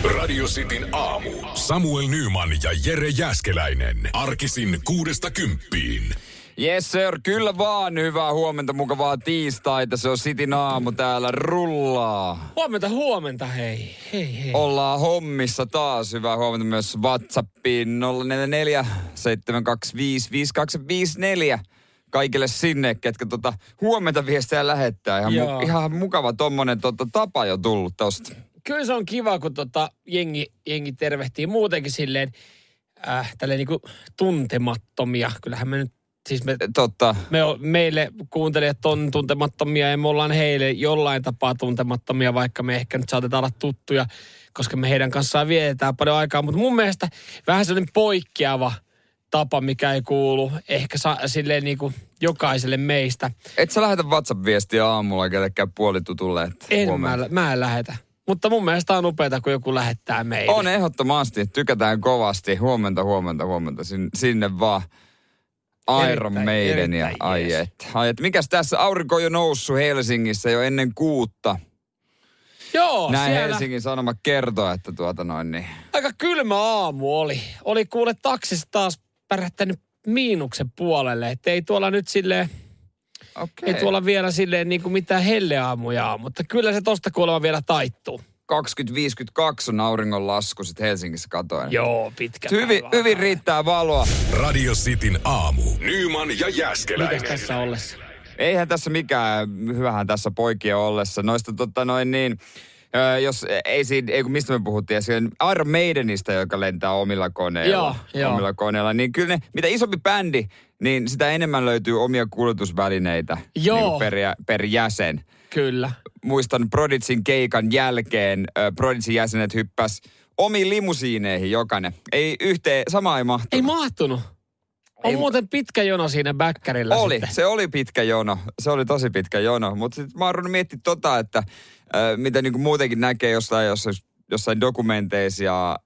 Radio Cityn aamu. Samuel Nyman ja Jere Jääskeläinen. Arkisin 6–10. Yes sir, kyllä vaan. Hyvää huomenta, mukavaa tiistaita. Se on Cityn aamu täällä rullaa. Huomenta, hei. Ollaan hommissa taas. Hyvää huomenta myös WhatsAppiin 044 725 5254. Kaikille sinne, ketkä huomenta viestejä lähettää. Ihan mukava tommonen tapa jo tullut tosta. Kyllä se on kiva, kun jengi tervehtii muutenkin silleen tälleen niinku tuntemattomia. Kyllähän me nyt, siis meille kuuntelijat on tuntemattomia ja me ollaan heille jollain tapaa tuntemattomia, vaikka me ehkä nyt saatetaan olla tuttuja, koska me heidän kanssaan vietetään paljon aikaa. Mutta mun mielestä vähän sellainen poikkeava tapa, mikä ei kuulu ehkä silleen niinku jokaiselle meistä. Et sä lähetä WhatsApp-viestiä aamulla kellekään puolitutulle? Mä en lähetä. Mutta mun mielestä on upeata, kun joku lähettää meille. On ehdottomasti. Tykätään kovasti. Huomenta. Sinne vaan. Iron Maiden ja ai et. Mikäs tässä? Aurinko on jo noussut Helsingissä jo ennen 6. Joo, näin siellä Helsingin Sanomat kertoo, että aika kylmä aamu oli. Oli kuule taksissa taas pärähtänyt miinuksen puolelle. Että ei tuolla nyt silleen... Okay. Ei tuolla vielä silleen niin kuin mitään helleaamuja, mutta kyllä se tosta kuulemma vielä taittuu. 20:52 on auringonlasku sitten Helsingissä katoen. Joo, pitkä Hyvin riittää valoa. Radio Cityn aamu. Nyman ja Jääskeläinen. Mikäs tässä ollessa? Eihän tässä mikään, hyvähän tässä poikien ollessa. Noista jos mistä me puhuttiin äsken, Iron Maidenista, joka lentää omilla koneilla. Joo. Omilla koneilla. Niin kyllä ne, mitä isompi bändi, niin sitä enemmän löytyy omia kuljetusvälineitä niin per jäsen. Kyllä. Muistan Prodigyn keikan jälkeen, Prodigyn jäsenet hyppäs omiin limusiineihin jokainen. Sama ei mahtunut. Ei mahtunut. Muuten pitkä jono siinä bäkkärillä. Se oli pitkä jono. Se oli tosi pitkä jono. Mutta sitten mä oon ruvennut miettimään että mitä niinku muutenkin näkee jossain dokumenteissa ja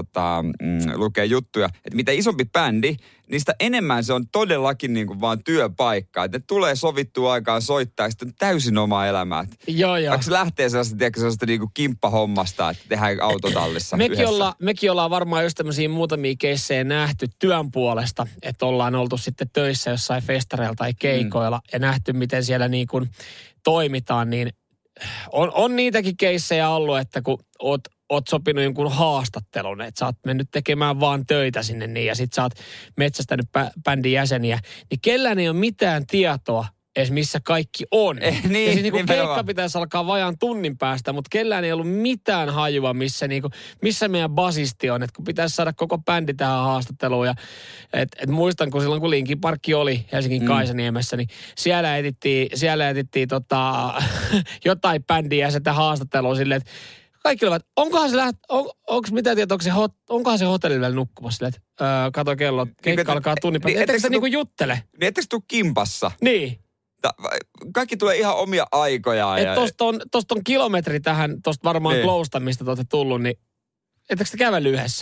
lukee juttuja, että mitä isompi bändi, niin sitä enemmän se on todellakin niinku vaan työpaikkaa. Että ne tulee sovittua aikaan soittaa ja sitten täysin omaa elämää. Joo. Vaikka se lähtee sellaista niinku kimppahommasta, että tehdään autotallissa mekin ollaan varmaan just tämmöisiä muutamia keissejä nähty työn puolesta, että ollaan oltu sitten töissä jossain festareilla tai keikoilla ja nähty, miten siellä niin kuin toimitaan, niin on niitäkin keissejä ollut, että kun oot sopinut jonkun haastattelun, että sä oot mennyt tekemään vaan töitä sinne niin ja sit sä oot metsästänyt bändin jäseniä, niin kellään ei ole mitään tietoa edes missä kaikki on. Ja siis niinku keikka pitäisi alkaa vajaan tunnin päästä, mutta kellään ei ollut mitään hajua, missä meidän basisti on, että kun pitäisi saada koko bändi tähän haastatteluun. Ja et muistan, kun silloin kun Linkin Parkki oli Helsingin Kaisaniemessä, niin siellä etittiin jotain bändin jäsentä haastattelua silleen, että kaikki olivat, onko mitään tietoa, onkohan se hotellilla vielä nukkumassa silleen, että kato kello, keikka alkaa tunnin päästä. Etteikö se niinku juttele? Niin etteikö tuu kimpassa? Niin. Kaikki tulee ihan omia aikojaan. Tosta on kilometri tähän, tosta varmaan Glowsta, mistä te olette tullut, niin etteikö te kävely yhdessä?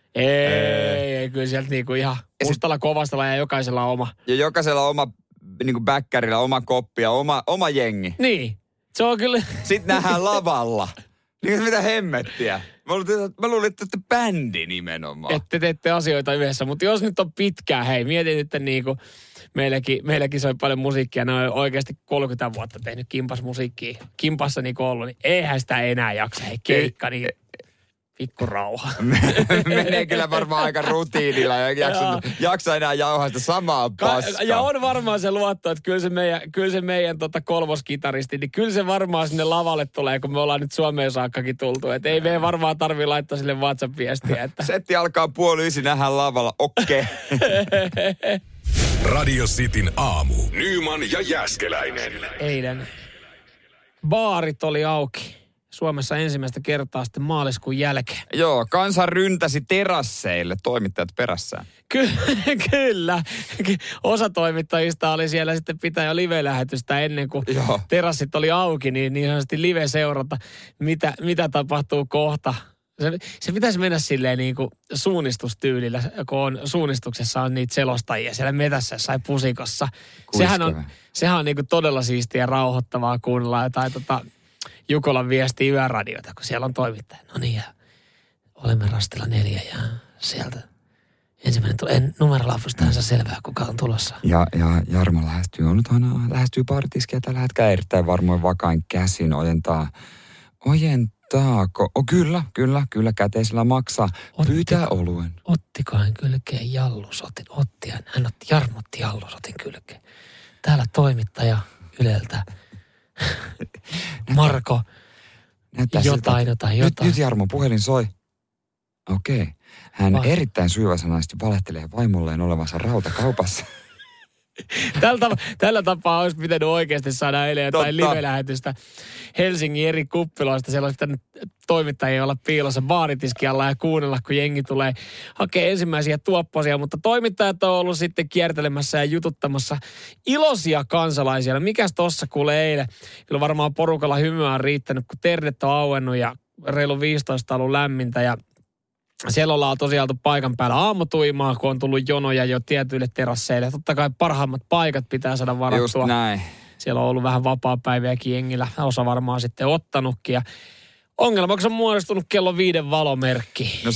Ei, kyllä sieltä niinku ihan mustalla kovastalla ja jokaisella on oma. Ja jokaisella oma niinku bäkkärillä, oma koppi ja oma jengi. Niin, se on kyllä. Sitten nähdään lavalla. Niin mitä hemmettiä. Mä luulin, että olette bändi nimenomaan. Ette teette asioita yhdessä, mutta jos nyt on pitkään, hei, mietin nyt niinku, meilläkin soi paljon musiikkia, ne on oikeasti 30 vuotta tehnyt kimpasmusiikkia. Kimpassa niinku ollut, niin eihän sitä enää jaksa, hei, keikka, niin pikku rauha. Menee kyllä varmaan aika rutiinilla ja jaksa enää jauhaa sitä samaa paskaa. Ja on varmaan se luotto, että kyllä se meidän kolmoskitaristi, niin kyllä se varmaan sinne lavalle tulee, kun me ollaan nyt Suomeen saakkakin tultu. Että ei meidän varmaan tarvitse laittaa sille WhatsApp-viestiä. Että setti alkaa 8:30, nähdään lavalla. Okei. Radio Cityn aamu. Nyman ja Jääskeläinen. Eilen baarit oli auki. Suomessa ensimmäistä kertaa sitten maaliskuun jälkeen. Joo, kansa ryntäsi terasseille, toimittajat perässään. Kyllä. Osa toimittajista oli siellä sitten pitää jo live-lähetystä ennen kuin terassit oli auki, niin sanotusti live-seurata, mitä tapahtuu kohta. Se pitäisi mennä silleen niin kuin suunnistustyylillä, kun suunnistuksessa on niitä selostajia siellä metässä jossain pusikossa. Sehän on niin kuin todella siistiä ja rauhoittavaa kuunnella jotain Jukolan viestiä yöradiota, kun siellä on toimittaja. No niin, ja olemme rastilla 4 ja sieltä ensimmäinen tulee. En numerolappusta saa selvää, kuka on tulossa. Ja Jarmo lähestyy baaritiskia tällä hetkellä erittäin varmoin vakain käsin ojentaako? Kyllä, käteisellä maksaa. Pyytää oluen. Ottiko hän kylkeen jallusotin? Hän otti Jarmotti jallusotin kylkeen. Täällä toimittaja Yleltä. Marko. Jotain. Nyt Jarmo, puhelin soi. Okei. Hän erittäin syyväsanaisesti valehtelee vaimolleen olevansa rautakaupassa. Tällä tapaa olisi pitänyt oikeasti saada eilen jotain live-lähetystä Helsingin eri kuppiloista. Siellä olisi pitänyt toimittajia olla piilossa baaritiskialla ja kuunnella, kun jengi tulee hakea ensimmäisiä tuopposia. Mutta toimittajat on ollut sitten kiertelemässä ja jututtamassa iloisia kansalaisia. Mikäs tossa kuulee eilen? Kyllä varmaan porukalla hymyä on riittänyt, kun terdet on auennut ja reilu 15 on ollut lämmintä ja siellä ollaan tosiaan paikan päällä aamutuimaa, kun on tullut jonoja jo tietyille terasseille. Totta kai parhaimmat paikat pitää saada varattua. Just näin. Siellä on ollut vähän vapaapäiviäkin jengillä. Osa varmaan sitten ottanutkin. Ja ongelmaksi on muodostunut kello 5 valomerkki. No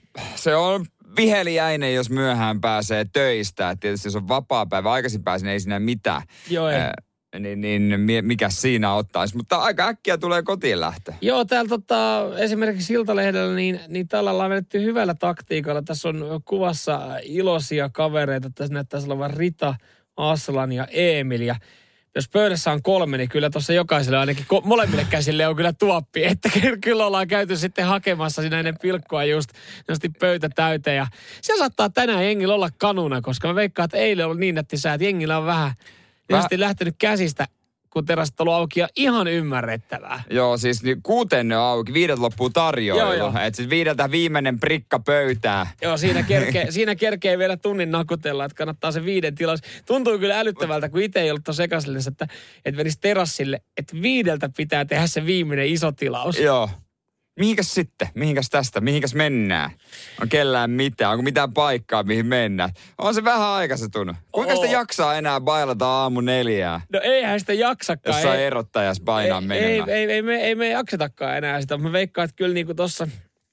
se on viheliäinen, jos myöhään pääsee töistä. Et tietysti jos on vapaapäivä, aikaisin pääsin, ei siinä mitään. Joo, ei. Niin mikä siinä ottaisi. Mutta aika äkkiä tulee kotiin lähtö. Joo, täällä esimerkiksi Iltalehdellä niin tällä ollaan vedetty hyvällä taktiikalla. Tässä on kuvassa iloisia kavereita. Tässä näyttäisi olevan Rita, Aslan ja Emil. Ja jos pöydässä on 3, niin kyllä tuossa jokaiselle ainakin molemmille käsille on kyllä tuoppi. Että kyllä ollaan käyty sitten hakemassa siinä ennen pilkkoa just pöytä täyteen. Ja siellä saattaa tänään jengillä olla kanuna, koska mä veikkaan, että eilen oli niin nätti sää, että jengillä on vähän lähtenyt käsistä, kun terassit on ollut auki ja ihan ymmärrettävää. Joo, siis 6 on auki, 5 loppuu tarjoilu. Joo. Että siis 5 viimeinen prikka pöytää. Joo, siinä kerkee vielä tunnin nakutella, että kannattaa se 5 tilaus. Tuntuu kyllä älyttävältä, kun itse ei ollut tuossa sekaisillisessa, että menisi terassille, että 5 pitää tehdä se viimeinen iso tilaus. Joo. Mihinkäs sitten? Mihinkäs mennään? On kellään mitään? Onko mitään paikkaa, mihin mennään? On se vähän aikaisetunut. Kuinka sitä jaksaa enää bailata aamu 4? No eihän sitä jaksakaan. Jossain erottajas painaa menemään. Ei me jaksetakaan enää sitä. Mä veikkaan, että kyllä niin kuin tossa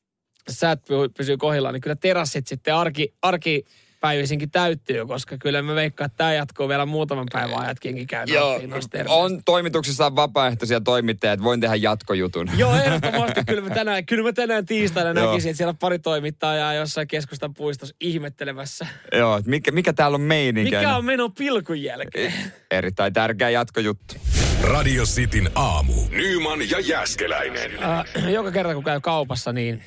säät pysyy kohdillaan, niin kyllä terassit sitten arkipäivisinkin täyttyy, koska kyllä me veikkaan, että tämä jatkuu vielä muutaman päivän ajatkinkin käy. Joo, on toimituksessa vapaaehtoisia toimittajia, että voin tehdä jatkojutun. Joo, ehdottomasti. Kyllä mä tänään tiistaina näkisin, että siellä on pari toimittajaa jossain keskustan puistossa ihmettelemässä. Joo, mikä täällä on meininki? Mikä on meno pilkun jälkeen? Erittäin tärkeä jatkojuttu. Radio Cityn aamu. Nyman ja Jääskeläinen. Joka kerta kun käy kaupassa, niin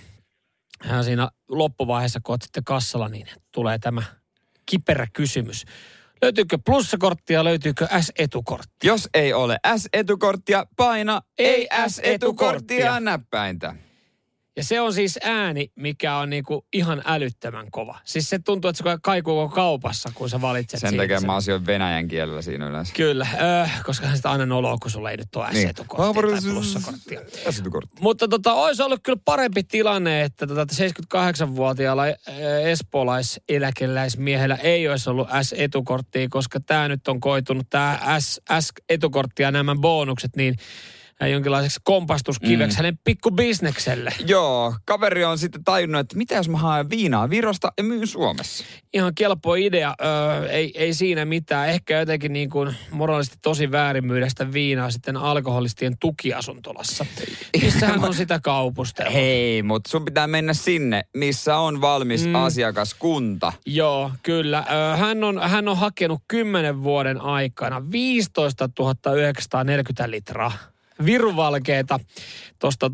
siinä loppuvaiheessa, kun olet sitten kassalla, niin tulee tämä kiperä kysymys. Löytyykö plussakorttia, löytyykö S-etukorttia? Jos ei ole S-etukorttia, paina ei S-etukorttia näppäintä. Ja se on siis ääni, mikä on niinku ihan älyttömän kova. Siis se tuntuu, että se kaikuu kaupassa, kun sä valitset sen takia mä asioin venäjän kielellä siinä yleensä. Kyllä, koska sitä aina noloa, kun sulla ei nyt ole S-etukorttia tai plussakorttia. S-etukorttia. Mutta olisi ollut kyllä parempi tilanne, että 78-vuotiaalla espoolaiseläkeläismiehellä ei olisi ollut S-etukorttia, koska tämä nyt on koitunut, tämä S-etukortti ja nämä bonukset, niin jonkinlaiseksi kompastuskiveksi hänen pikkubisnekselle. Joo, kaveri on sitten tajunnut, että mitä jos mä haen viinaa Virosta ja myyn Suomessa? Ihan kelpo idea. Ei siinä mitään. Ehkä jotenkin niin kuin moraalisesti tosi väärin myydä sitä viinaa sitten alkoholistien tukiasuntolassa. Missähän on sitä kaupustelua? Hei, mutta sun pitää mennä sinne, missä on valmis asiakaskunta. Joo, kyllä. Hän on hakenut 10 vuoden aikana 15 940 litraa viruvalkeeta tuosta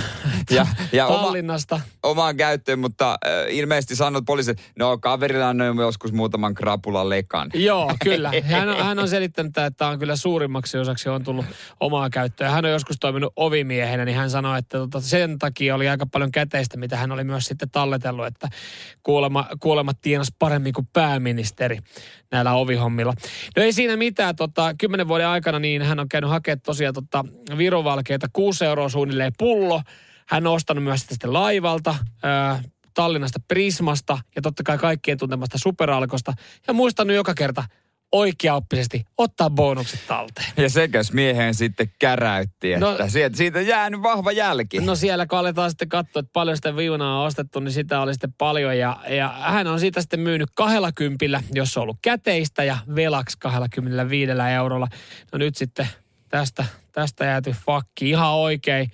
Tallinnasta. Omaan käyttöön, mutta ilmeisesti sanot poliisille, no kaverilla on joskus muutaman krapulan lekan. Joo, kyllä. Hän on selittänyt, että tämä on kyllä suurimmaksi osaksi on tullut omaa käyttöön. Hän on joskus toiminut ovimiehenä, niin hän sanoi, että sen takia oli aika paljon käteistä, mitä hän oli myös sitten talletellut, että kuulemma tienasi paremmin kuin pääministeri näillä ovihommilla. No ei siinä mitään. 10 vuoden aikana niin hän on käynyt hakemaan tosiaan viruvalkeita 6 € suunnilleen pullo. Hän on ostanut myös sitten laivalta, Tallinnasta Prismasta ja totta kai kaikkien tuntemasta Superalkosta. Ja muistanut joka kerta oikeaoppisesti ottaa bonukset talteen. Ja sekäs mieheen sitten käräytti, että siitä on jäänyt vahva jälki. No siellä kun aletaan sitten katsoa, että paljon sitä viunaa on ostettu, niin sitä oli sitten paljon. Ja hän on siitä sitten myynyt 20, jos on ollut käteistä, ja velaksi 25 eurolla. No nyt sitten tästä jääty fakki ihan oikein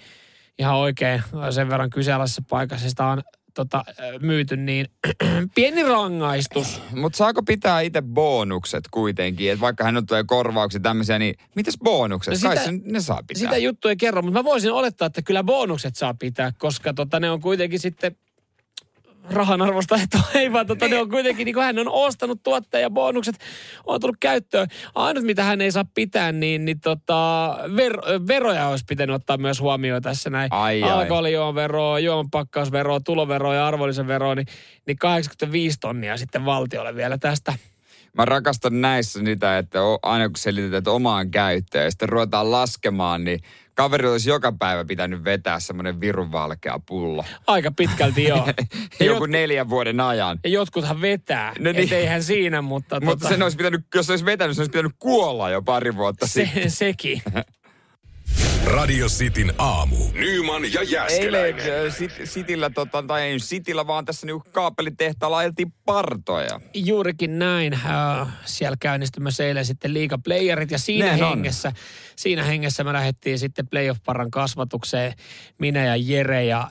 sen verran kyseenalaisessa paikassa. Sitä on myyty, niin pieni rangaistus. Mutta saako pitää itse bonukset kuitenkin? Että vaikka hän tulee korvauksia tämmöisiä, niin mitäs bonukset? No kai ne saa pitää. Sitä juttu ei kerro, mutta mä voisin olettaa, että kyllä bonukset saa pitää, koska ne on kuitenkin sitten rahan arvosta, että ei vaan ne on kuitenkin, niin kuin hän on ostanut tuotteen ja bonukset on tullut käyttöön. Ainut, mitä hän ei saa pitää, niin veroja olisi pitänyt ottaa myös huomioon tässä näin. Alkoholijuomaveroa, juomapakkausveroa, tuloveroa ja arvonlisäveroa, niin 85 tonnia sitten valtiolle vielä tästä. Mä rakastan näissä sitä, että aina kun selitetään omaan käyttöön ja sitten ruvetaan laskemaan, niin kaveri olisi joka päivä pitänyt vetää semmoinen virunvalkea pullo. Aika pitkälti joo. Joku 4 vuoden ajan. Ja jotkuthan vetää, no niin. Eihän siinä, mutta... Mutta sen olisi pitänyt, jos olisi vetänyt, se olisi pitänyt kuolla jo pari vuotta sitten. Sekin. Radio Cityn aamu. Nyman ja Jääskeläinen. Eilen tai ei Cityllä, vaan tässä niinku kaapelitehtaalla ajeltiin partoja. Juurikin näin. Siellä käynnistymässä eilen sitten liigaplayerit ja siinä hengessä me lähdettiin sitten playoff-parran kasvatukseen. Minä ja Jere ja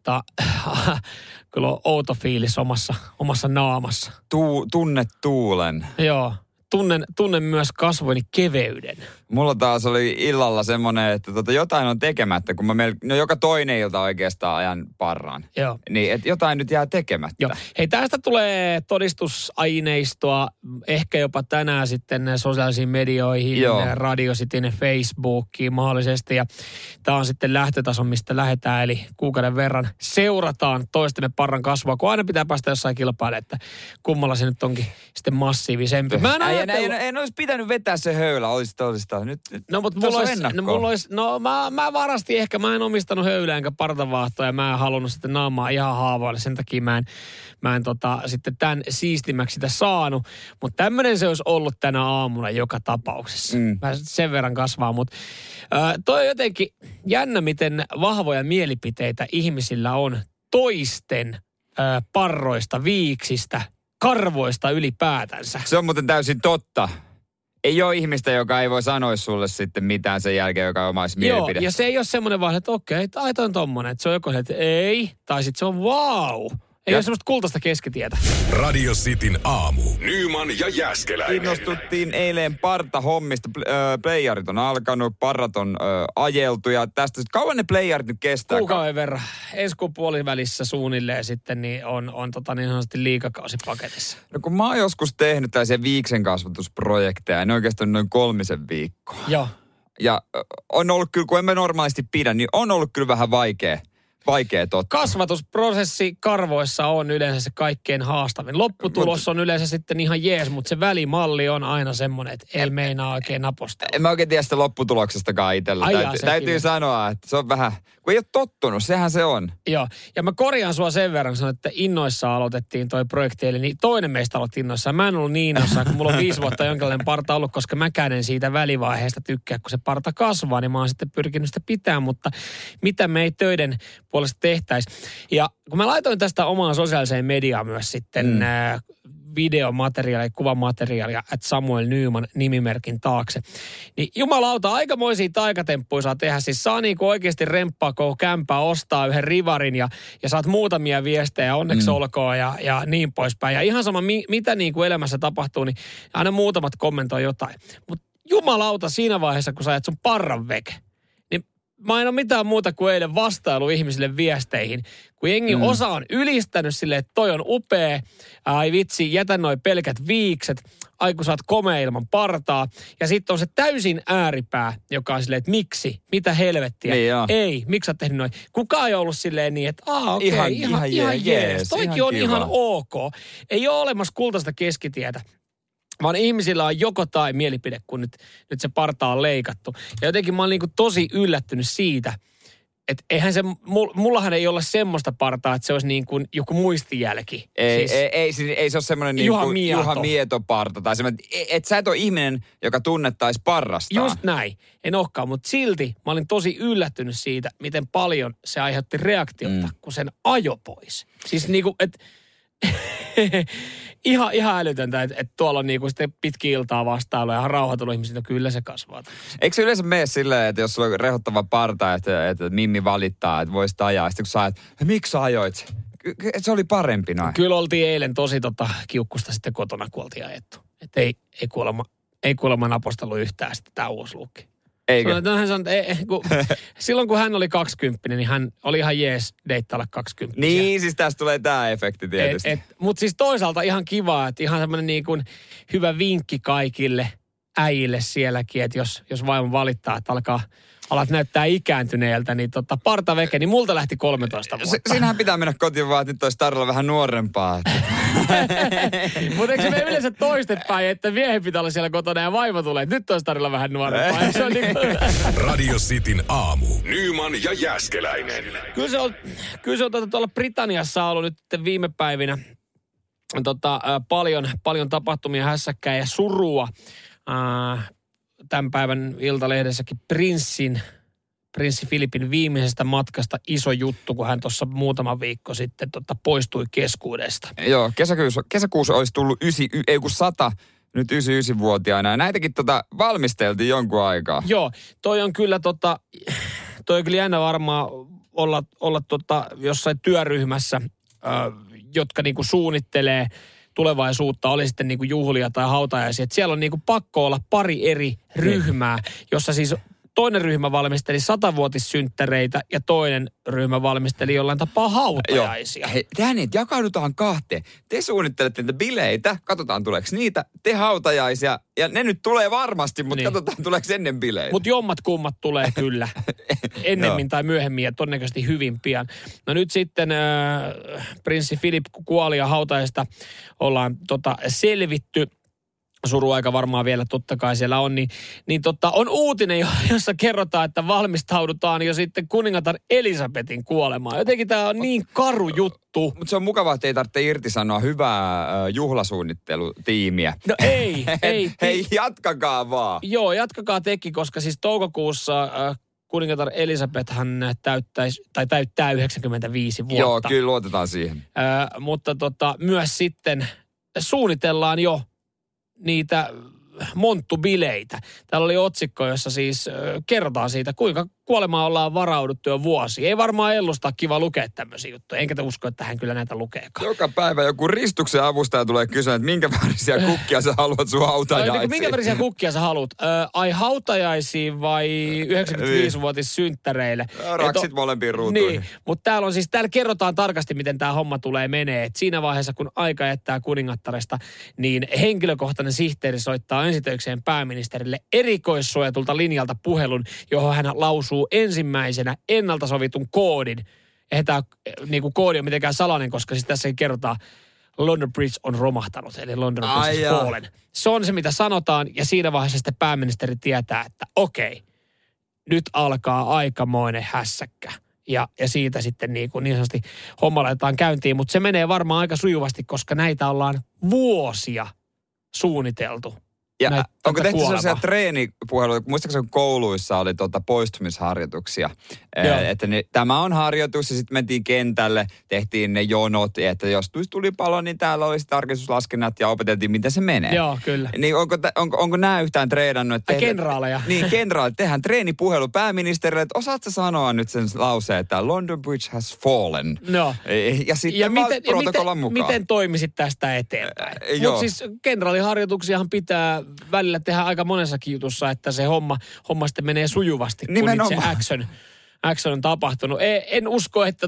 kyllä on outo fiilis omassa naamassa. Tunne tuulen. Joo. Tunnen myös kasvoini keveyden. Mulla taas oli illalla semmoinen, että jotain on tekemättä, kun joka toinen ilta oikeastaan ajan parran. Joo. Niin, että jotain nyt jää tekemättä. Joo. Hei, tästä tulee todistusaineistoa ehkä jopa tänään sitten sosiaalisiin medioihin, Radio Cityn Facebookiin mahdollisesti. Ja tämä on sitten lähtötaso, mistä lähdetään, eli kuukauden verran seurataan toistemme parran kasvua, kun aina pitää päästä jossain kilpailemaan, että kummalla se nyt onkin sitten massiivisempi. En olisi pitänyt vetää se höylä, olisi. Nyt no, mutta mä varastin ehkä, mä en omistanut höylää enkä partavaahtoa ja mä en halunnut sitten naamaa ihan haavoille. Sen takia mä en sitten tämän siistimäksi sitä saanut. Mutta tämmöinen se olisi ollut tänä aamuna joka tapauksessa. Mä sen verran kasvaa, mutta toi on jotenkin jännä, miten vahvoja mielipiteitä ihmisillä on toisten parroista, viiksistä, karvoista ylipäätänsä. Se on muuten täysin totta. Ei ole ihmistä, joka ei voi sanoa sulle sitten mitään sen jälkeen, joka on omais mielipide. Joo, ja se ei ole semmoinen vaan, että okei, toi on tommonen. Että se on joko se, että ei, tai sitten se on wow. Ei ole semmoista kultaista keskitietä. Radio Cityn aamu. Nyman ja Jääskeläinen. Innostuttiin eilen partahommista. Playerit on alkanut, parrat on ajeltu ja tästä. Kauan ne playerit nyt kestää? Kuukauden verran. Ensi kuun puolivälissä suunnilleen sitten niin on niin sanotusti liigakausipaketissa. No kun mä oon joskus tehnyt tällaisia viiksen kasvatusprojekteja, ne oikeastaan noin 3 viikkoa. Joo. Ja on ollut kyllä, kun en mä normaalisti pidä, niin on ollut kyllä vähän vaikea totta. Kasvatusprosessi karvoissa on yleensä se kaikkein haastavin. Lopputulos on yleensä sitten ihan jees, mutta se välimalli on aina semmoinen, että ei meinaa oikein napostella. En mä oikein tiedä sitä lopputuloksestakaan itsellä. Täytyy sanoa, että se on vähän, kun ei ole tottunut, sehän se on. Joo, ja mä korjaan sua sen verran, sanoin, että innoissa aloitettiin toi projekti, eli niin toinen meistä aloitti innoissaan. Mä en ollut niin innoissaan, kun mulla on 5 vuotta jonkinlainen parta ollut, koska mäkään en siitä välivaiheesta tykkää, kun se parta kasvaa, niin mä oon sitten pyrkinyt sitä pitää, mutta mitä me ei töiden puolesta tehtäisiin. Ja kun mä laitoin tästä omaan sosiaaliseen mediaan myös sitten videomateriaalia, kuvamateriaalia, että Samuel Nyman nimimerkin taakse. Niin jumalauta, aikamoisia taikatemppuja saa tehdä. Siis saa niinku oikeasti remppaa koko kämpää, ostaa yhden rivarin ja saat muutamia viestejä, onneksi olkoon ja niin poispäin. Ja ihan sama, mitä niinku elämässä tapahtuu, niin aina muutamat kommentoi jotain. Mutta jumalauta, siinä vaiheessa, kun sä ajat sun parran veke, mä en ole mitään muuta kuin eilen vastailu ihmisille viesteihin. Kun jengi osa on ylistänyt silleen, että toi on upea, ai vitsi, jätä noi pelkät viikset, ai kun sä oot komea ilman partaa. Ja sitten on se täysin ääripää, joka on silleen, että miksi, mitä helvettiä. Niin ei, miksi sä oot tehnyt noin. Kukaan ei ollut silleen niin, että okei, ihan jees. Toikin ihan on kiva. Ihan ok. Ei ole olemassa kultaista keskitietä. Vaan ihmisillä on joko tai mielipide, kun nyt se parta on leikattu. Ja jotenkin mä oon niinku tosi yllättynyt siitä, että eihän se, mullahan ei ole semmoista partaa, että se olisi niin kuin joku muistijälki. Ei se ole semmoinen niin kuin Juha Mieto parta tai semmoinen, että sä et ole ihminen, joka tunnettaisi parrastaan. Just näin, en olekaan, mutta silti mä olin tosi yllättynyt siitä, miten paljon se aiheutti reaktiota, kun sen ajo pois. Siis niinku, että ihan älytöntä, että tuolla on niinku sitten pitkin iltaa vastailla ja rauhoitellut ihmisiä, no kyllä se kasvaa. Eikö se yleensä mene silleen, että jos sulla on rehottava parta, että Mimmi valittaa, että voisit ajaa, sitten kun sä ajat, miksi sä ajoit? Se oli parempi noin. Kyllä oltiin eilen tosi kiukkusta sitten kotona, kun oltiin ajettu. Että ei kuulemma napostellut yhtään sitten tämä uusi luukki. Eikö? Silloin kun hän oli 20, niin hän oli ihan jees deittailla 20. Niin, siis tästä tulee tämä efekti tietysti. Mutta siis toisaalta ihan kiva, että ihan semmoinen niin kuin hyvä vinkki kaikille äijille sielläkin, että jos vaimo valittaa, että alat näyttää ikääntyneeltä, niin parta veke, niin multa lähti 13 vuotta. Siinähän pitää mennä kotiin vaan, että nyt olisi tarjolla vähän nuorempaa. Mutta eikö se mene yleensä toistepäin, että miehen pitää olla siellä kotona ja vaimo tulee, että nyt olisi tarjolla vähän nuorempaa. Se on niin Radio Cityn aamu. Nyman ja Jääskeläinen. Kyllä se on tuolla Britanniassa ollut nyt viime päivinä paljon tapahtumia, hässäkkää ja surua. Tämän päivän Iltalehdessäkin prinssi Filipin viimeisestä matkasta iso juttu, kun hän tuossa muutama viikko sitten poistui keskuudesta. Joo, kesäkuussa olisi tullut 100, nyt 99-vuotiaana. Ja näitäkin valmisteltiin jonkun aikaa. Joo, toi on kyllä jännä varmaan olla jossain työryhmässä, jotka niinku suunnittelee tulevaisuutta, oli sitten niinku juhlia tai hautajaisia. Et siellä on niinku pakko olla pari eri ryhmää, jossa siis toinen ryhmä valmisteli 100-vuotissynttäreitä ja toinen ryhmä valmisteli jollain tapaa hautajaisia. Hei, tehdään niitä, jakaudutaan kahteen. Te suunnittelette niitä bileitä, katsotaan tuleeko niitä, te hautajaisia, ja ne nyt tulee varmasti, mutta katsotaan tuleeko ennen bileitä. Mutta jommat kummat tulee kyllä, ennemmin tai myöhemmin ja todennäköisesti hyvin pian. No nyt sitten prinssi Filip kuoli ja hautajaista ollaan selvitty. Suruaika varmaan vielä totta kai siellä on, on uutinen, jossa kerrotaan, että valmistaudutaan jo sitten kuningatar Elisabetin kuolemaan. Jotenkin tämä on niin karu juttu. Mutta se on mukavaa, että ei tarvitse irtisanoa hyvää juhlasuunnittelutiimiä. No ei. Hei, jatkakaa vaan. Joo, jatkakaa teki, koska siis toukokuussa kuningatar Elisabethan täyttää 95 vuotta. Joo, kyllä luotetaan siihen. Mutta myös sitten suunnitellaan jo niitä monttubileitä. Täällä oli otsikko, jossa siis kerrotaan siitä, kuinka kuolemaan ollaan varauduttu jo vuosi. Ei varmaan Ellusta kiva lukea tämmöisiä juttuja, enkä te usko, että hän kyllä näitä lukeekaan. Joka päivä joku ristuksen avustaja tulee kysyä, että minkä värisiä kukkia sä haluat sun hautajaisiin. Minkä värisiä kukkia sä haluat? Hautajaisiin vai 95-vuotissynttäreille? Raksit molempiin ruutuihin. Niin, mutta täällä kerrotaan tarkasti, miten tämä homma tulee menee. Et siinä vaiheessa, kun aika jättää kuningattaresta, niin henkilökohtainen sihteeri soittaa ensitöikseen pääministerille erikoissuojatulta linjalta puhelun, johon hän lausuu ensimmäisenä ennalta sovitun koodin. Eihän tämä niinku koodi on mitenkään salainen, koska siis tässäkin kerrotaan, London Bridge on romahtanut, eli London Bridge is fallen. Se on se, mitä sanotaan, ja siinä vaiheessa sitten pääministeri tietää, että okei, nyt alkaa aikamoinen hässäkkä. Ja siitä sitten niin sanotusti homma laitetaan käyntiin, mutta se menee varmaan aika sujuvasti, koska näitä ollaan vuosia suunniteltu. Ja onko tehty sellaisia treenipuheluita, muistaakseni kouluissa oli poistumisharjoituksia, että tämä on harjoitus ja sitten mentiin kentälle, tehtiin ne jonot, että jos tuli palo, niin täällä olisi tarkistuslaskennat ja opeteltiin, miten se menee. Joo, kyllä. Niin onko nämä yhtään treenannut? Kenraaleja. Niin, kenraalit. Tehdään treenipuhelu pääministerille, että osaatko sanoa nyt sen lauseen, että London Bridge has fallen. No. Ja sitten protokollan mukaan. Miten toimisit tästä eteenpäin? Mutta siis kenraaliharjoituksiahan pitää välillä tehdä aika monessakin jutussa, että se homma sitten menee sujuvasti, kun se action on tapahtunut. En usko, että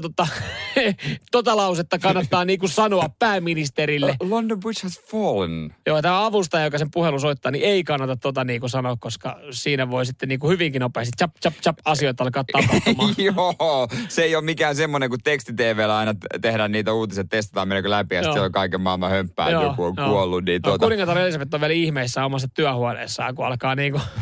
lausetta kannattaa niinku sanoa pääministerille. London Bridge has fallen. Joo, tämä avustaja, joka sen puhelun soittaa, niin ei kannata niinku sanoa, koska siinä voi sitten niinku hyvinkin nopeasti chap asioita alkaa tapahtumaan. Joo, se ei ole mikään semmoinen, kun teksti-tv:llä aina tehdään niitä uutiset, testataan meneekö läpi ja sitten on kaiken maailman hömppää, että joku on kuollut. Niin kuningatar Elisabeth on vielä ihmeissään omassa työhuoneessaan, kun alkaa niinku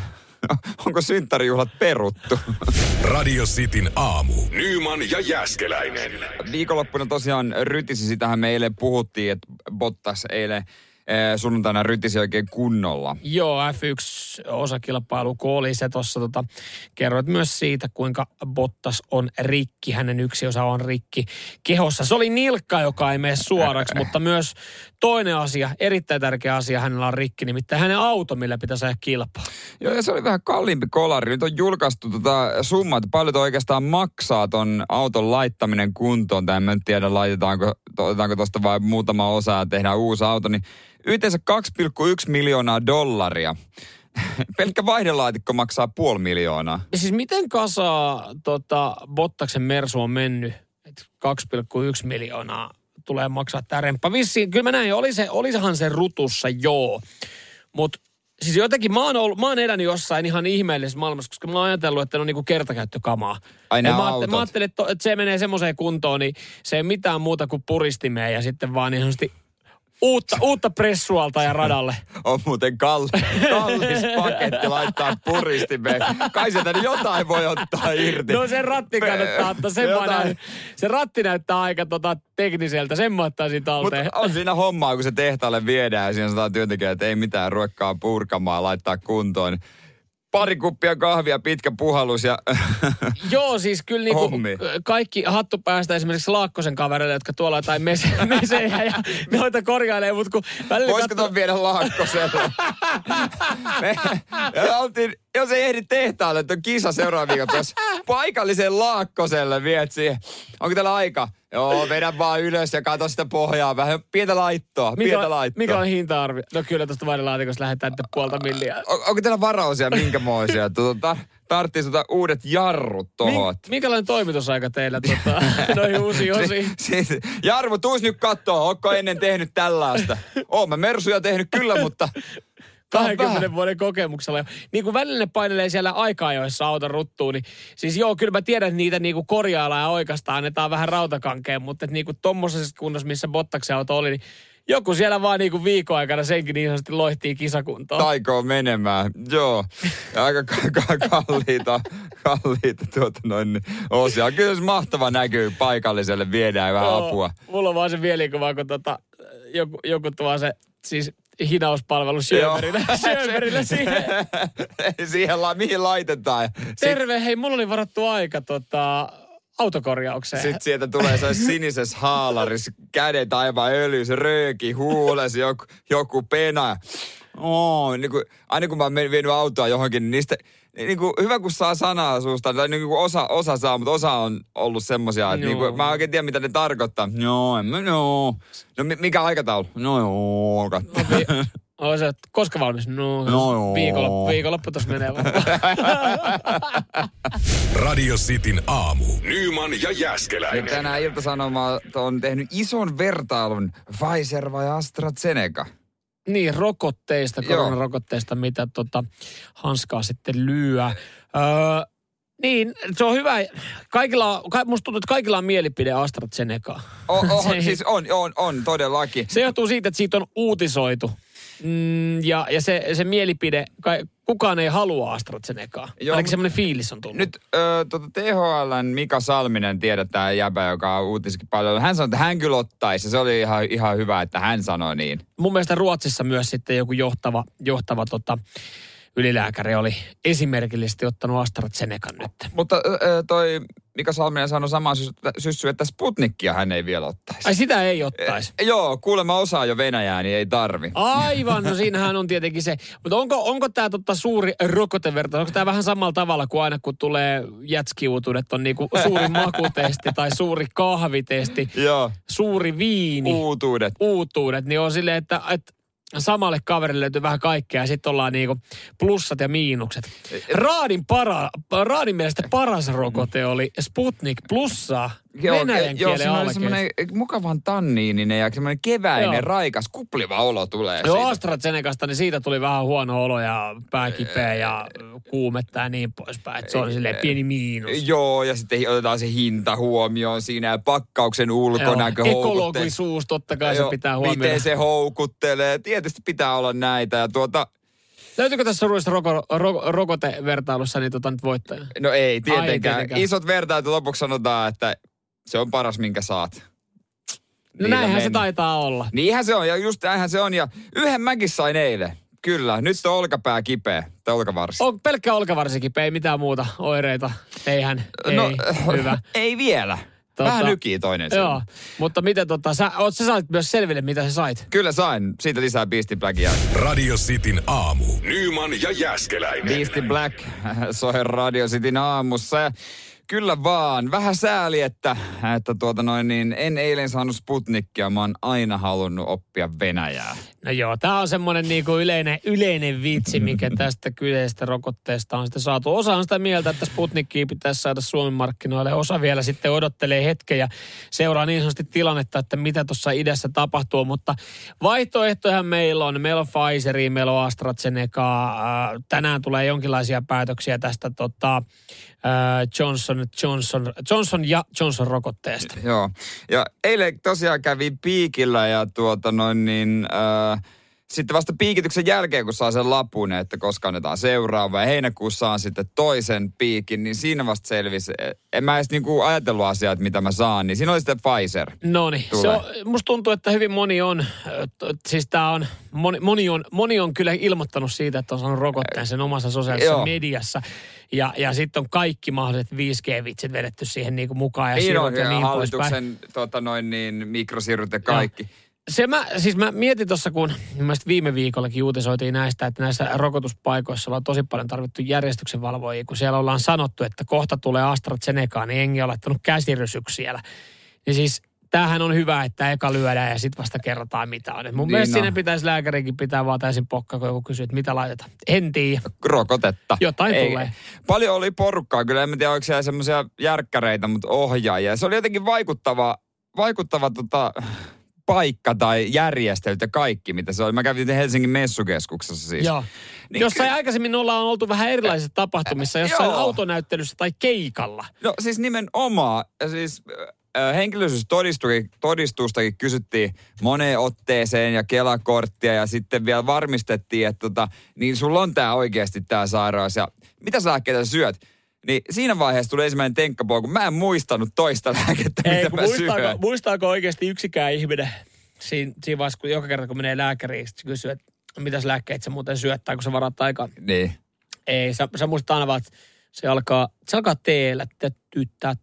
onko synttärijuhlat peruttu? Radio Cityn aamu. Nyman ja Jääskeläinen. Viikonloppuna tosiaan rytisi, sitähän me eilen puhuttiin, että Bottas eilen sunnuntaina rytisi oikein kunnolla. Joo, F1-osakilpailu, kun oli se tuossa, kerroit myös siitä, kuinka Bottas on rikki, hänen yksi osa on rikki kehossa. Se oli nilkka, joka ei mene suoraksi, mutta myös toinen asia, erittäin tärkeä asia hänellä on rikki, nimittäin hänen auto, millä pitäisi ajaa kilpaa. Joo, ja se oli vähän kalliimpi kolari. Nyt on julkaistu summat, paljon oikeastaan maksaa ton auton laittaminen kuntoon. Tai en mä tiedä, otetaanko tuosta vai muutama osa ja tehdään uusi auto, niin yhteensä $2,1 miljoonaa. Pelkkä vaihdelaatikko maksaa $500,000. Ja siis miten kasaa Bottaksen Mersu on mennyt, että 2,1 miljoonaa tulee maksaa tämä remppa? Vissiin, kyllä mä näin, olisahan se rutussa, joo. Mutta siis jotenkin mä oon elänyt jossain ihan ihmeellisessä maailmassa, koska mä oon ajatellut, että ne on niinku kertakäyttökamaa. Mä ajattelin, että se menee semmoiseen kuntoon, niin se ei mitään muuta kuin puristimeen ja sitten vaan niin sanotusti uutta pressualta ja radalle. On muuten kallis paketti laittaa puristimeen. Kai sieltä jotain voi ottaa irti. No sen ratti kannattaa ottaa. Se ratti näyttää aika tekniseltä. Sen mä ottaisin talteen. Mutta on siinä hommaa, kun se tehtaalle viedään ja siinä sanotaan työntekijä, että ei mitään ruokkaa purkamaan laittaa kuntoon. Pari kuppia kahvia, pitkä puhallus ja joo, siis kyllä niinku kaikki hattu päästä esimerkiksi Laakkosen kavereille, jotka tuolla jotain mesejä ja noita korjailee, mutta kun välillä voisiko ton viedä Laakkoselle? Jos ei ehdi tehtaalle, että on kisa seuraavan viikon, jos paikallisen Laakkoselle viet siihen. Onko teillä aika? Joo, vedä vaan ylös ja katso sitä pohjaa vähän. Pientä laittoa. Mikä on hinta-arvio? No kyllä tuosta vaihdelaatikasta lähdetään $500 000. Onko teillä varausia minkämoisia? Tarttis uudet jarrut tohon. Minkälainen toimitusaika teillä noihin uusiin osiin? Jarmo, tuus nyt kattoo. Ootko ennen tehnyt tällaista? Oon mä Mersuja tehnyt kyllä, mutta 20 vuoden kokemuksella. Niin kuin välillä ne painelee siellä aika-ajoissa auton ruttuun, niin siis joo, kyllä mä tiedän, että niitä niinku korjaillaan ja oikeastaan annetaan vähän rautakankeen, mutta niinku tommosessa kunnossa, missä Bottaksen auto oli, niin joku siellä vaan niinku viikon aikana senkin niin sanotusti loihtii kisakuntoon. Taikoo menemään, joo. Aika kalliita osia. Kyllä se mahtava näkyy paikalliselle, viedään vähän apua. Mulla on vaan se mielikuva, kun joku tuo se siis hinauspalvelu syöverillä siihen. Mihin laitetaan? Terve, hei, mulla oli varattu aika autokorjaukseen. Sitten sieltä tulee se sinisessä haalaris, kädet aivan öljys, rööki, huules, joku pena. Aina kun mä oon vienyt autoa johonkin, niin niistä hyvä kun saa sanaa suusta, tai osa saa, mutta osa on ollut semmosia, että mä en oikein tiedä mitä ne tarkoittaa. No mikä aikataulu? No joo, koska valmis? No viikonloppu tossa menee vaan. Radio Cityn aamu. Nyman ja Jääskeläinen. Ja tänään Ilta-Sanomat on tehnyt ison vertailun Pfizer vai AstraZeneca. Niin, koronarokotteista, mitä hanskaa sitten lyö. Niin, se on hyvä. Musta tuntuu, että kaikilla on mielipide AstraZenecaa. Siis on todellakin. Se johtuu siitä, että siitä on uutisoitu. Ja se mielipide, kukaan ei halua AstraZenecaa. Ainakin semmoinen fiilis on tullut. Nyt THL:n Mika Salminen, tiedetään jäbä, joka on uutiskin paljon. Hän sanoi, että hän kyllä ottaisi. Se oli ihan hyvä, että hän sanoi niin. Mun mielestä Ruotsissa myös sitten joku johtava ylilääkäri oli esimerkillisesti ottanut AstraZenecan nyt. Mutta toi Mika Salminen sanoi samaan syssyyn, että Sputnikia hän ei vielä ottaisi. Ai sitä ei ottaisi? Joo, kuulemma osaa jo Venäjää, niin ei tarvi. Aivan, no siinähän on tietenkin se. Mutta onko tämä suuri rokotevertaus, onko tämä vähän samalla tavalla kuin aina kun tulee jätskiutuudet, on niinku suuri makutesti tai suuri kahvitesti, joo, suuri viini. Uutuudet, niin on silleen, että samalle kaverille löytyy vähän kaikkea ja sitten ollaan niinku plussat ja miinukset. Raadin mielestä paras rokote oli Sputnik plussaa. Venäjän kielen alkeessa. Joo, semmoinen mukavan tanniininen ja semmoinen keväinen, raikas, kupliva olo tulee siitä. Joo, AstraZenecasta, niin siitä tuli vähän huono olo ja pää kipeä ja kuumetta ja niin poispäin. Että se on silleen pieni miinus. Joo, ja sitten otetaan se hinta huomioon siinä ja pakkauksen ulkonäkö houkuttelee. Ekologisuus, totta kai se pitää huomioida. Miten se houkuttelee. Tietysti pitää olla näitä ja Löytyykö tässä suruissa rokotevertailussa niin nyt voittaja? No ei tietenkään. Isot vertailut lopuksi sanotaan, että se on paras, minkä saat. No näinhän se taitaa olla. Niinhän se on, ja just näinhän se on. Ja yhden mäkin sain eilen. Kyllä, nyt on olkapää kipeä, tai olkavarsi. On pelkkä olkavarsi kipeä, ei mitään muuta oireita. Eihän, hyvä. Ei vielä. Vähän nykii toinen. Joo, mutta miten sä sait myös selville, mitä sä sait? Kyllä sain. Siitä lisää Beastie Blackia. Radio Cityn aamu. Nyman ja Jääskeläinen. Beastie Black soi Radio Cityn aamussa. Kyllä vaan. Vähän sääli, että en eilen saanut Sputnikkia. Mä oon aina halunnut oppia venäjää. No joo, tää on semmoinen niinku yleinen vitsi, mikä tästä kyseisestä rokotteesta on sitten saatu. Osa on sitä mieltä, että Sputnikkia pitäisi saada Suomen markkinoille. Osa vielä sitten odottelee hetken ja seuraa niin sanotusti tilannetta, että mitä tuossa idässä tapahtuu. Mutta vaihtoehtoja meillä on. Meillä on Pfizeria, meillä on AstraZenecaa. Tänään tulee jonkinlaisia päätöksiä tästä Johnson ja Johnson rokotteesta. Joo. Ja eilen tosiaan kävin piikillä ja sitten vasta piikityksen jälkeen, kun saa sen lapun, että koska annetaan seuraava ja heinäkuussa on sitten toisen piikin, niin siinä vasta selvisi. En mä edes ajatellut asiaa, että mitä mä saan, niin siinä oli sitten Pfizer. Noniin. Musta tuntuu, että hyvin moni on, siis tää on, moni on kyllä ilmoittanut siitä, että on saanut rokotteen sen omassa sosiaalisessa mediassa. Ja sitten on kaikki mahdolliset 5G-vitsit vedetty siihen mukaan ja sirut ja niin hallituksen mikrosirut ja kaikki. Mä mietin tuossa, kun viime viikollakin uutisoitiin näistä, että näissä rokotuspaikoissa ollaan tosi paljon tarvittu järjestyksenvalvojia, kun siellä ollaan sanottu, että kohta tulee AstraZenecaa, niin jengi on laittanut käsirysyksi siellä. Niin siis tämähän on hyvä, että eka lyödään ja sitten vasta kerrotaan mitä on. Mun mielestä siinä pitäisi lääkärinkin pitää vaan täysin pokkaa, kun joku kysyy, että mitä laitetaan. En tiedä. Rokotetta. Jotain tulee. Paljon oli porukkaa, kyllä en tiedä, oliko siellä semmoisia järkkäreitä, mutta ohjaajia. Se oli jotenkin vaikuttava paikka tai järjestelyt ja kaikki, mitä se oli. Mä kävin Helsingin messukeskuksessa siis. Joo. Niin jossain aikaisemmin ollaan oltu vähän erilaisissa tapahtumissa, jossain autonäyttelyssä tai keikalla. No siis nimenomaan. Siis henkilöllisyystodistustakin kysyttiin moneen otteeseen ja Kela-korttia ja sitten vielä varmistettiin, että niin sulla on tää oikeasti tää sairaus ja mitä lääkkeitä sä syöt? Niin siinä vaiheessa tuli ensimmäinen tenkkapoo, kun mä en muistanut toista lääkettä, mitä mä syön. Muistaako oikeasti yksikään ihminen siinä vaiheessa, kun joka kerta kun menee lääkäriin, sitten kysyy, että mitäs lääkkeitä sä muuten syöttää, kun sä varaat aikaa? Niin. Ei, sä muistat aina vaan, että se alkaa teellä, tyttää,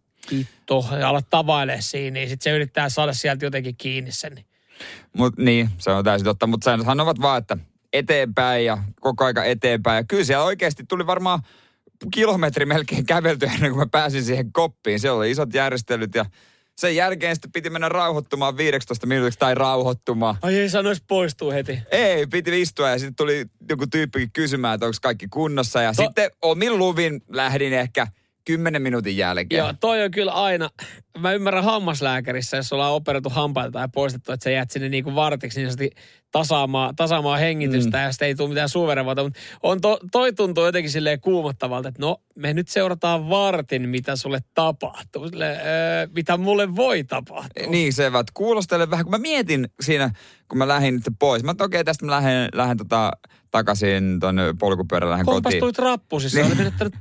ja ala tavailemaan siinä, niin sitten se yrittää saada sieltä jotenkin kiinni sen. Niin, se on täysin totta, mutta säännöt sanovat vaan, että eteenpäin ja koko aika eteenpäin. Ja kyllä siellä oikeasti tuli varmaan kilometri melkein käveltyä ennen kuin mä pääsin siihen koppiin. Siellä oli isot järjestelyt ja sen jälkeen sitten piti mennä rauhoittumaan 15 minuutiksi tai rauhoittumaan. Ai ei sanoisi poistuu heti. Ei, piti istua ja sitten tuli joku tyyppikin kysymään, että onko kaikki kunnossa. Ja sitten omin luvin lähdin ehkä 10 minuutin jälkeen. Joo, toi on kyllä aina. Mä ymmärrän hammaslääkärissä, jos ollaan operoitu hampailta tai poistettu, että sä jäät sinne niin kuin vartiksi niin tasaamaan hengitystä ja sitten ei tule mitään suverenvata. Mutta toi tuntuu jotenkin silleen kuumottavalta, että no, me nyt seurataan vartin, mitä sulle tapahtuu. Mitä mulle voi tapahtua. Niin, se kuulostele vähän, kun mä mietin siinä, kun mä lähdin nyt pois. Mä okei, tästä mä lähden takaisin tuonne polkupyörällä lähden kotiin. Kompastuit rappusissa, oli menettänyt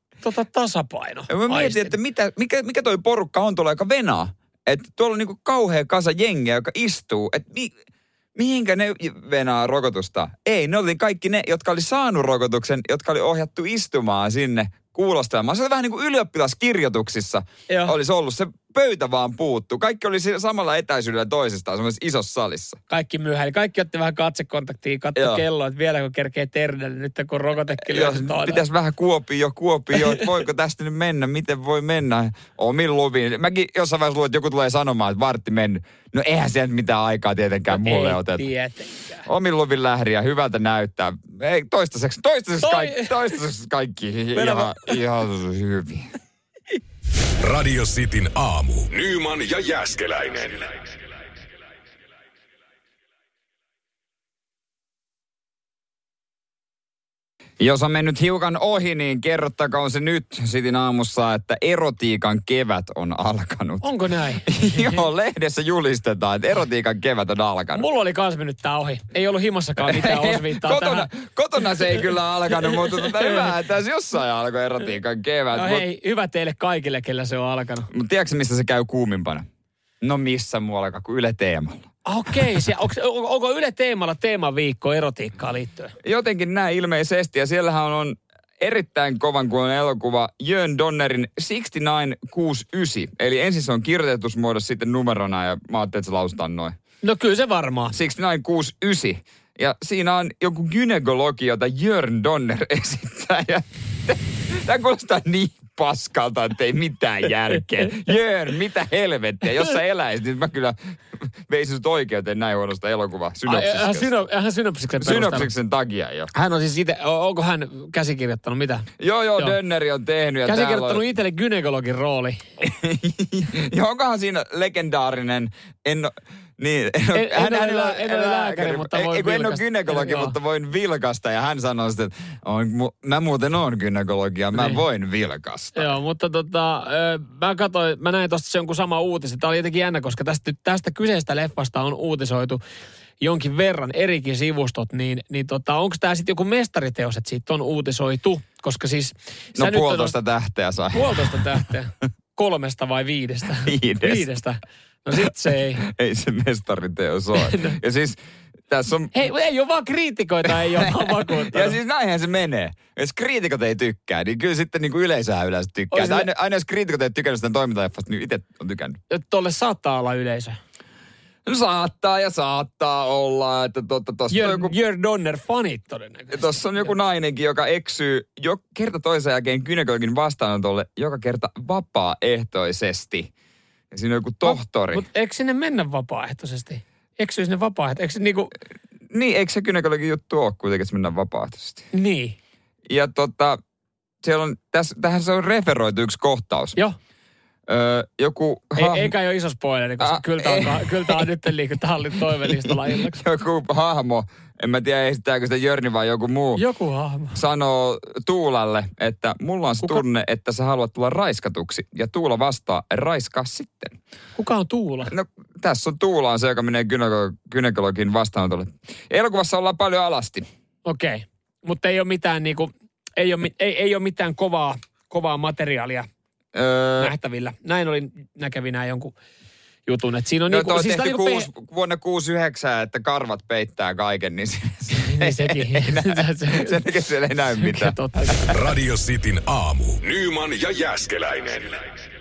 tasapaino. Mä mietin, että mikä toi porukka on tuolla, joka venaa. Että tuolla on niinku kauhea kasa jengiä, joka istuu. Että mihinkä ne venaa rokotusta? Ei, ne oli kaikki ne, jotka oli saanut rokotuksen, jotka oli ohjattu istumaan sinne kuulostelemaan. Se oli vähän niin kuin ylioppilaskirjoituksissa olisi ollut. Se pöytä vaan puuttuu. Kaikki oli samalla etäisyydellä toisestaan, semmoisessa isossa salissa. Kaikki myöhäili. Kaikki otti vähän katsekontaktia, katsoi kelloa, että vielä kun kerkee terdelle, nyt kun rokotekin löytyy. Pitäisi vähän Kuopio, että voiko tästä nyt mennä, miten voi mennä omin luviin. Mäkin jossain vaiheessa luulen, että joku tulee sanomaan, että vartti mennyt. No eihän sieltä mitään aikaa tietenkään mulle oteta. Tietenkään. Omin luvin lähdin ja hyvältä näyttää. Ei, toistaiseksi kaikki ihan hyvin. Radio Cityn aamu. Nyman ja Jääskeläinen. Jos on mennyt hiukan ohi, niin kerrottakoon se nyt Sitin aamussa, että erotiikan kevät on alkanut. Onko näin? Joo, lehdessä julistetaan, että erotiikan kevät on alkanut. Mulla oli kans mennyt tää ohi. Ei ollut himassakaan mitään osviittaa tähän. Kotona se ei kyllä alkanut, mutta hyvä, että tässä jossain alkoi erotiikan kevät. No hei, hyvä teille kaikille, kellä se on alkanut. Mutta tiedätkö, mistä se käy kuumimpana? No missä muualla kuin Yle Teemalla. Okei, onko Yle Teemalla teemaviikko erotiikkaan liittyen? Jotenkin näin ilmeisesti, ja siellähän on erittäin kovan kuuloinen elokuva Jörn Donnerin 6969. Eli ensin se on kirjoitusmuodossa sitten numerona, ja mä ajattelin, että se lausutaan noin. No kyllä se varmaan. 6969. Ja siinä on joku gynekologi, jota Jörn Donner esittää, ja tämä kuulostaa niin paskalta, että ei mitään järkeä. Jörn, mitä helvettiä? Jos sä eläisit, niin mä kyllä veisin sut oikeuteen näin huonosta elokuvaa. Synopsiksen takia jo. Hän on siis itse, onko hän käsikirjoittanut mitä? Joo, Dönneri on tehnyt. Käsikirjoittanut itselle gynekologin rooli. Ja onkohan siinä legendaarinen, en ole lääkäri, mutta voin vilkasta. En ole gynekologi, mutta voin vilkasta. Ja hän sanoi sitten, että mä muuten oon gynekologia, mä voin vilkasta. Joo, mutta mä näin tuosta jonkun sama uutisen. Tämä oli jotenkin jännä, koska tästä kyseistä leffasta on uutisoitu jonkin verran erikin sivustot, niin onko tämä sitten joku mestariteos, että siitä on uutisoitu? Koska siis... No 1,5 tähteä sai. 1,5 tähteä. 3 vai 5? 5. No sit se ei. Ei se mestariteos ole. Ja siis tässä on... Hei, ei ole vaan kriitikoita, ei ole vaan vakuuttanut. Ja siis näinhän se menee. Jos kriitikot ei tykkää, niin kyllä sitten niin kuin yleisöhän yleensä tykkää. Aina jos kriitikot ei tykännyt sitä toimintaleffasta, niin itse on tykännyt. Tolle saattaa olla yleisö. No saattaa olla, että tossa Jörn Donner fanit todennäköisesti. Tossa on joku nainenkin, joka eksyy jo kerta toisen jälkeen gynekologin vastaanotolle joka kerta vapaaehtoisesti. Ja siinä on joku tohtori. Mutta eikö sinne mennä vapaaehtoisesti? Eksyy sinne vapaaehtoisesti? Niin, eikö se gynekologin juttu ole kuitenkin, että mennään vapaaehtoisesti? Niin. Ja siellä on, tähän se on referoitu yksi kohtaus. Joo. Joku... Eikä ole iso spoileri, koska kyllä tämä on nyt liikuntahallin toivelistalla illaksi. Joku hahmo, en mä tiedä esittääkö sitä Jörni vai joku muu. Joku hahmo. Sanoo Tuulalle, että mulla on se tunne, että sä haluat tulla raiskatuksi. Ja Tuula vastaa, raiskaa sitten. Kuka on Tuula? No tässä on Tuula on se, joka menee gynekologin vastaanotolle. Elokuvassa ollaan paljon alasti. Okei, mutta ei ole mitään ei ole mitään kovaa materiaalia. Nähtävillä. Näin olin näkevinä jonkun jutun. Että siinä on on siis tehty vuonna 69, että karvat peittää kaiken, niin sekin. Sen takia siellä ei näy mitään. Radio Cityn aamu. Nyman ja Jääskeläinen.